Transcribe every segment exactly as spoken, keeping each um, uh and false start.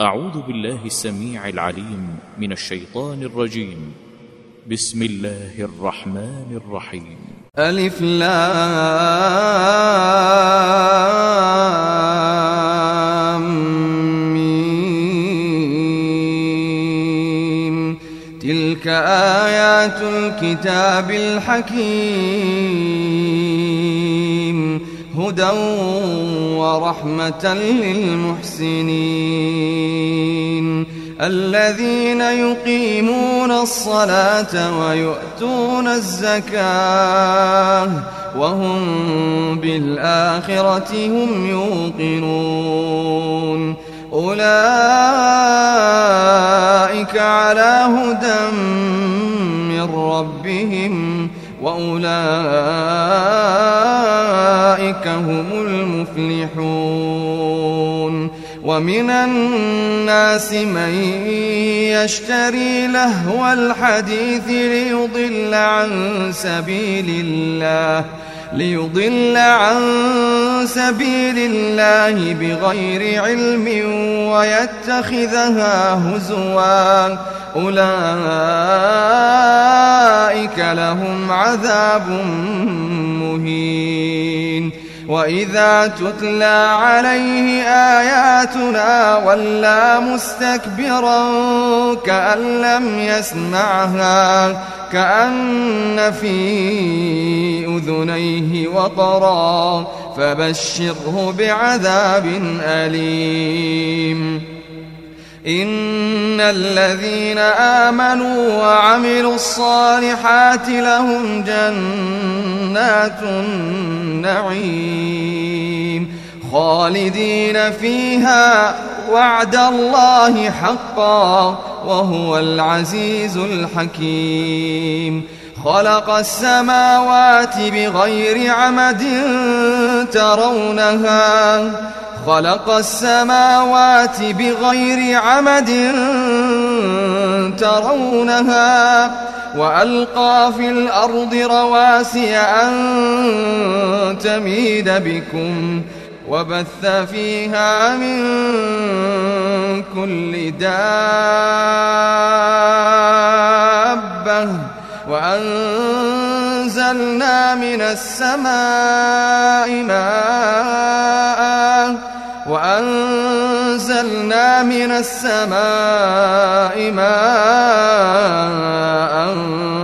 أعوذ بالله السميع العليم من الشيطان الرجيم. بسم الله الرحمن الرحيم. ألف لام ميم. تلك آيات الكتاب الحكيم، هدى ورحمة للمحسنين الذين يقيمون الصلاة ويؤتون الزكاة وهم بالآخرة هم يوقنون. أولئك على هدى من ربهم وأولئك هم المفلحون. ومن الناس من يشتري لهو الحديث ليضل عن سبيل الله ليضل عن سبيل الله بغير علم ويتخذها هزوا، أولئك لهم عذاب مهين. وإذا تتلى عليه آياتنا ولى مستكبرا كأن لم يسمعها كأن في أذنيه وقرا، فبشره بعذاب أليم. إن الذين آمنوا وعملوا الصالحات لهم جنات النعيم خالدين فيها، وعد الله حقا وهو العزيز الحكيم. خلق السماوات بغير عمد ترونها خلق السماوات بغير عمد ترونها وألقى في الأرض رواسي أن تميد بكم وبث فيها من كل دابة وأنزلنا من السماء ماء وأنزلنا من السماء ماء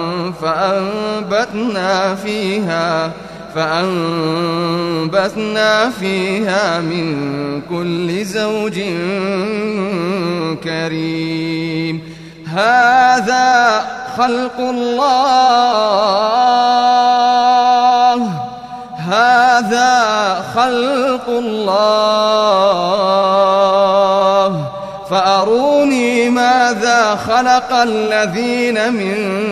فأنبتنا فيها فأنبتنا فيها من كل زوج كريم. هذا خلق الله هذا خلق الله فأروني ماذا خلق الذين من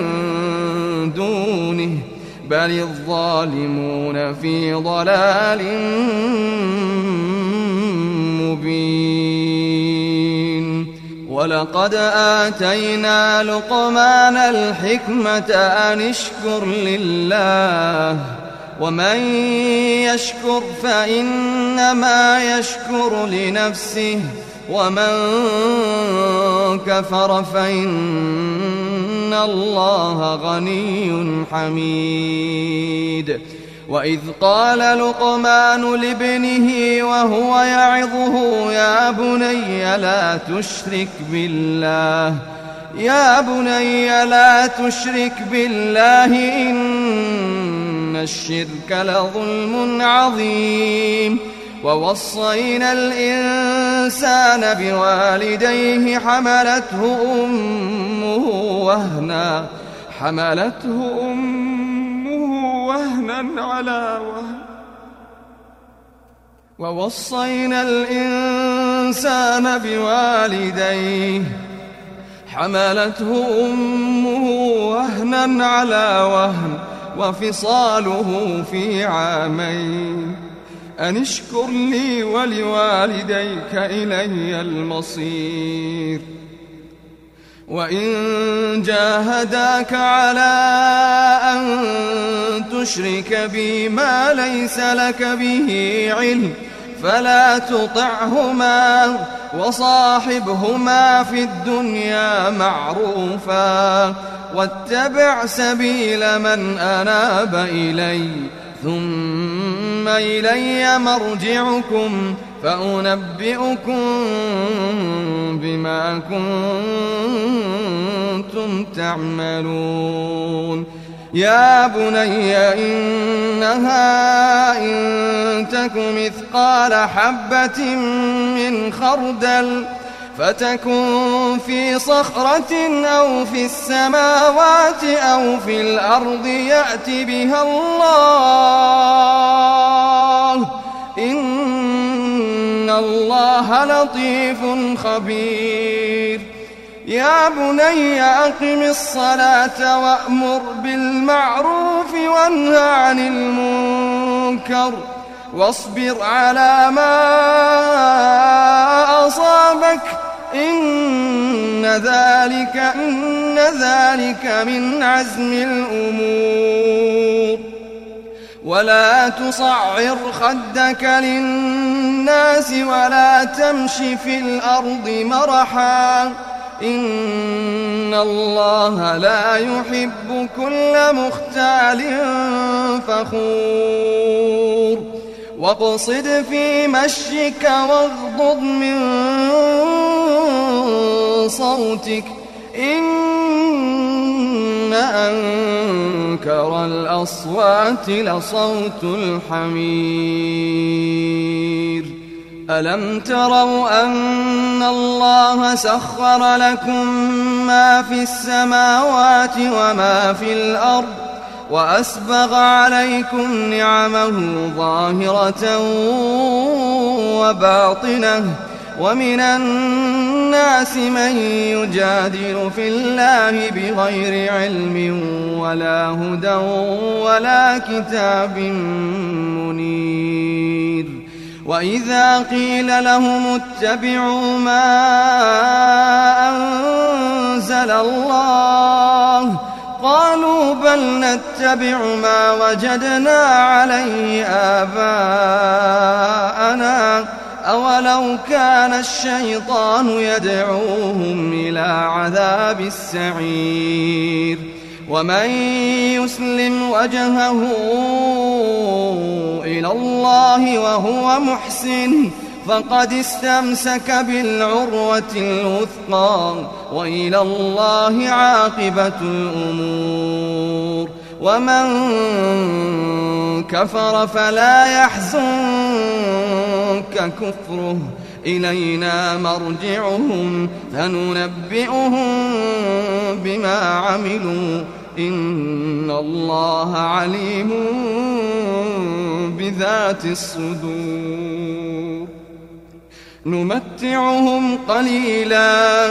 دونه بل الظالمون في ضلال مبين. ولقد آتينا لقمان الحكمة أن اشكر لله ومن يشكر فإنما يشكر لنفسه ومن كفر فإن الله غني حميد. وإذ قال لقمان لابنه وهو يعظه يا بني لا تشرك بالله يا بني لا تشرك بالله إن الشرك لظلم عظيم. ووصينا الإنسان بوالديه حملته أمه وهنا حملته أمه وهنا على وهن ووصينا الإنسان بوالديه حملته أمه وهنا على وهن وفصاله في عامين أن اشكر لي ولوالديك إلي المصير. وإن جاهداك على أن تشرك بي ما ليس لك به علم فلا تطعهما وصاحبهما في الدنيا معروفا واتبع سبيل من أناب إلي ثم إلي مرجعكم فأنبئكم بما كنتم تعملون. يا بني إنها إن تك مثقال حبة من خردل فتكن في صخرة أو في السماوات أو في الأرض يأت بها الله إن الله لطيف خبير. يا بني أقم الصلاة وأمر بالمعروف وانه عن المنكر واصبر على ما أصابك إن ذلك, إن ذلك من عزم الأمور. ولا تصعر خدك للناس ولا تمش في الأرض مرحا إن الله لا يحب كل مختال فخور. واقصد في مشيك واغضض من صوتك إن أنكر الأصوات لصوت الحمير. ألم تروا أن الله سخر لكم ما في السماوات وما في الأرض وأسبغ عليكم نعمه ظاهرة وباطنة ومن الناس من يجادل في الله بغير علم ولا هدى ولا كتاب منير. وإذا قيل لهم اتبعوا ما أنزل الله قالوا بل نتبع ما وجدنا عليه آباءنا أولو كان الشيطان يدعوهم إلى عذاب السعير. ومن يسلم وجهه إلى الله وهو محسن فقد استمسك بالعروة الوثقى وإلى الله عاقبة الأمور. ومن كفر فلا يحزنك كفره إلينا مرجعهم فننبئهم بما عملوا إن الله عليم بذات الصدور. نمتعهم قليلا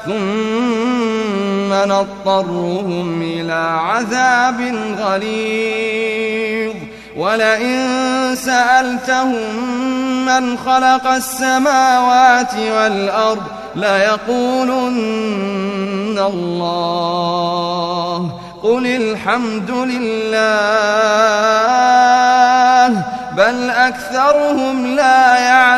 ثم نضطرهم إلى عذاب غليظ. ولئن سألتهم من خلق السماوات والأرض ليقولن الله قل الحمد لله بل أكثرهم لا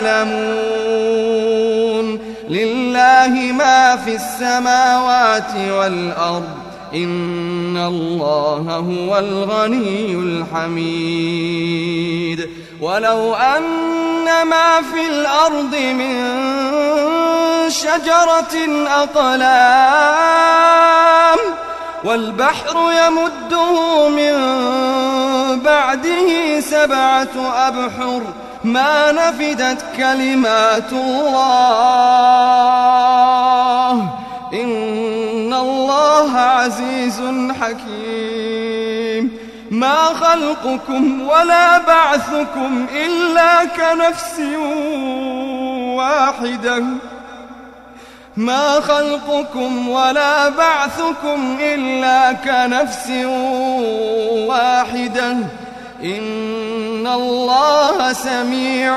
يعلمون. لله ما في السماوات والأرض إن الله هو الغني الحميد. ولو أن ما في الأرض من شجرة أقلام والبحر يمده من بعده سبعة أبحر ما نفدت كلمات الله إن الله عزيز حكيم. ما خلقكم ولا بعثكم إلا كنفس واحدة ما خلقكم ولا بعثكم إلا كنفس واحدة إن الله سميع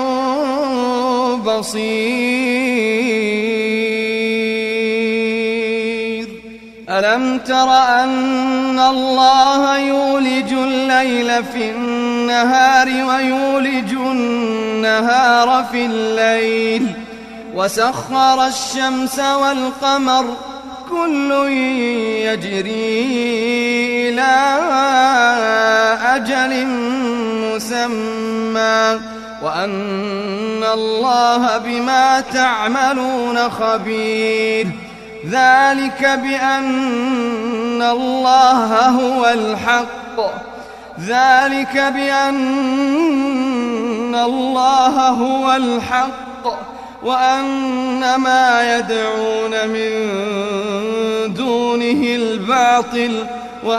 بصير. ألم تر أن الله يولج الليل في النهار ويولج النهار النهار في الليل وسخر الشمس والقمر كل يجري إلى أجل مسمى وأن الله بما تعملون خبير. ذلك بأن الله هو الحق ذلك بأن الله هو الحق وأن ما يدعون من دونه الباطل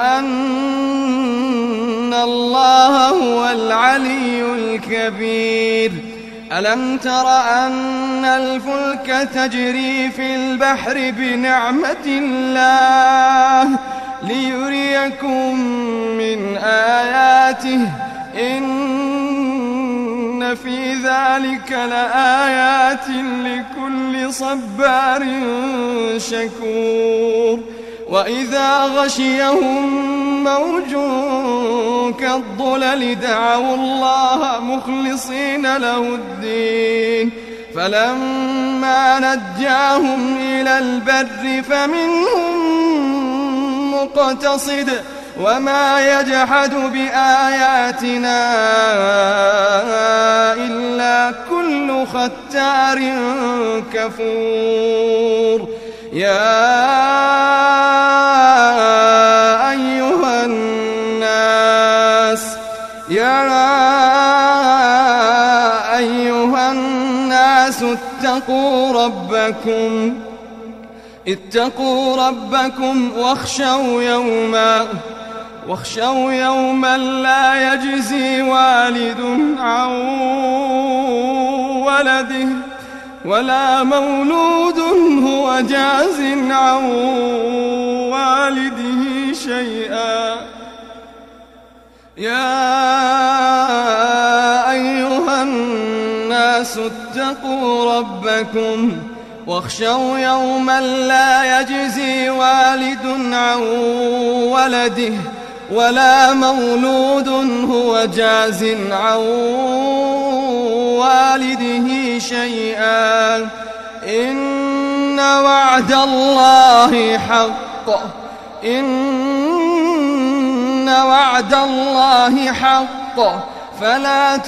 وأن الله هو العلي الكبير. ألم تر أن الفلك تجري في البحر بنعمة الله ليريكم من آياته إن في ذلك لآيات لكل صبار شكور. وإذا غشيهم موج كالظلل دعوا الله مخلصين له الدين فلما نجاهم إلى البر فمنهم مقتصد وما يجحد بآياتنا إلا كل ختار كفور. يا أيها الناس يا أيها الناس اتقوا ربكم اتقوا ربكم واخشوا يوما واخشوا يوما لا يجزي والد عن ولده ولا مولود هو جاز عن والده شيئا. يا أيها الناس اتقوا ربكم واخشوا يوما لا يجزي والد عن ولده ولا مولود هو جاز عن والده شيئا. إن وعد الله حق إن وعد الله حق فلا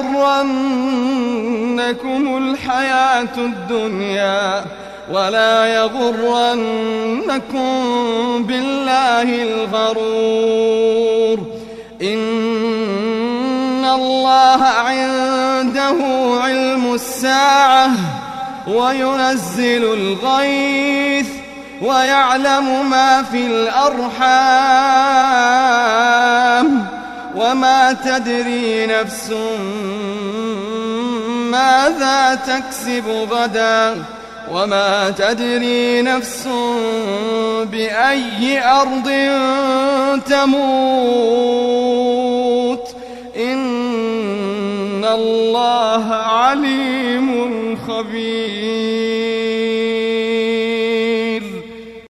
تغرنكم الحياة الدنيا ولا يغرنكم بالله الغرور. إن الله عنده علم الساعة وينزل الغيث ويعلم ما في الأرحام وما تدري نفس ماذا تكسب غدا وما تدري نفس بأي أرض تموت إن الله عليم خبير.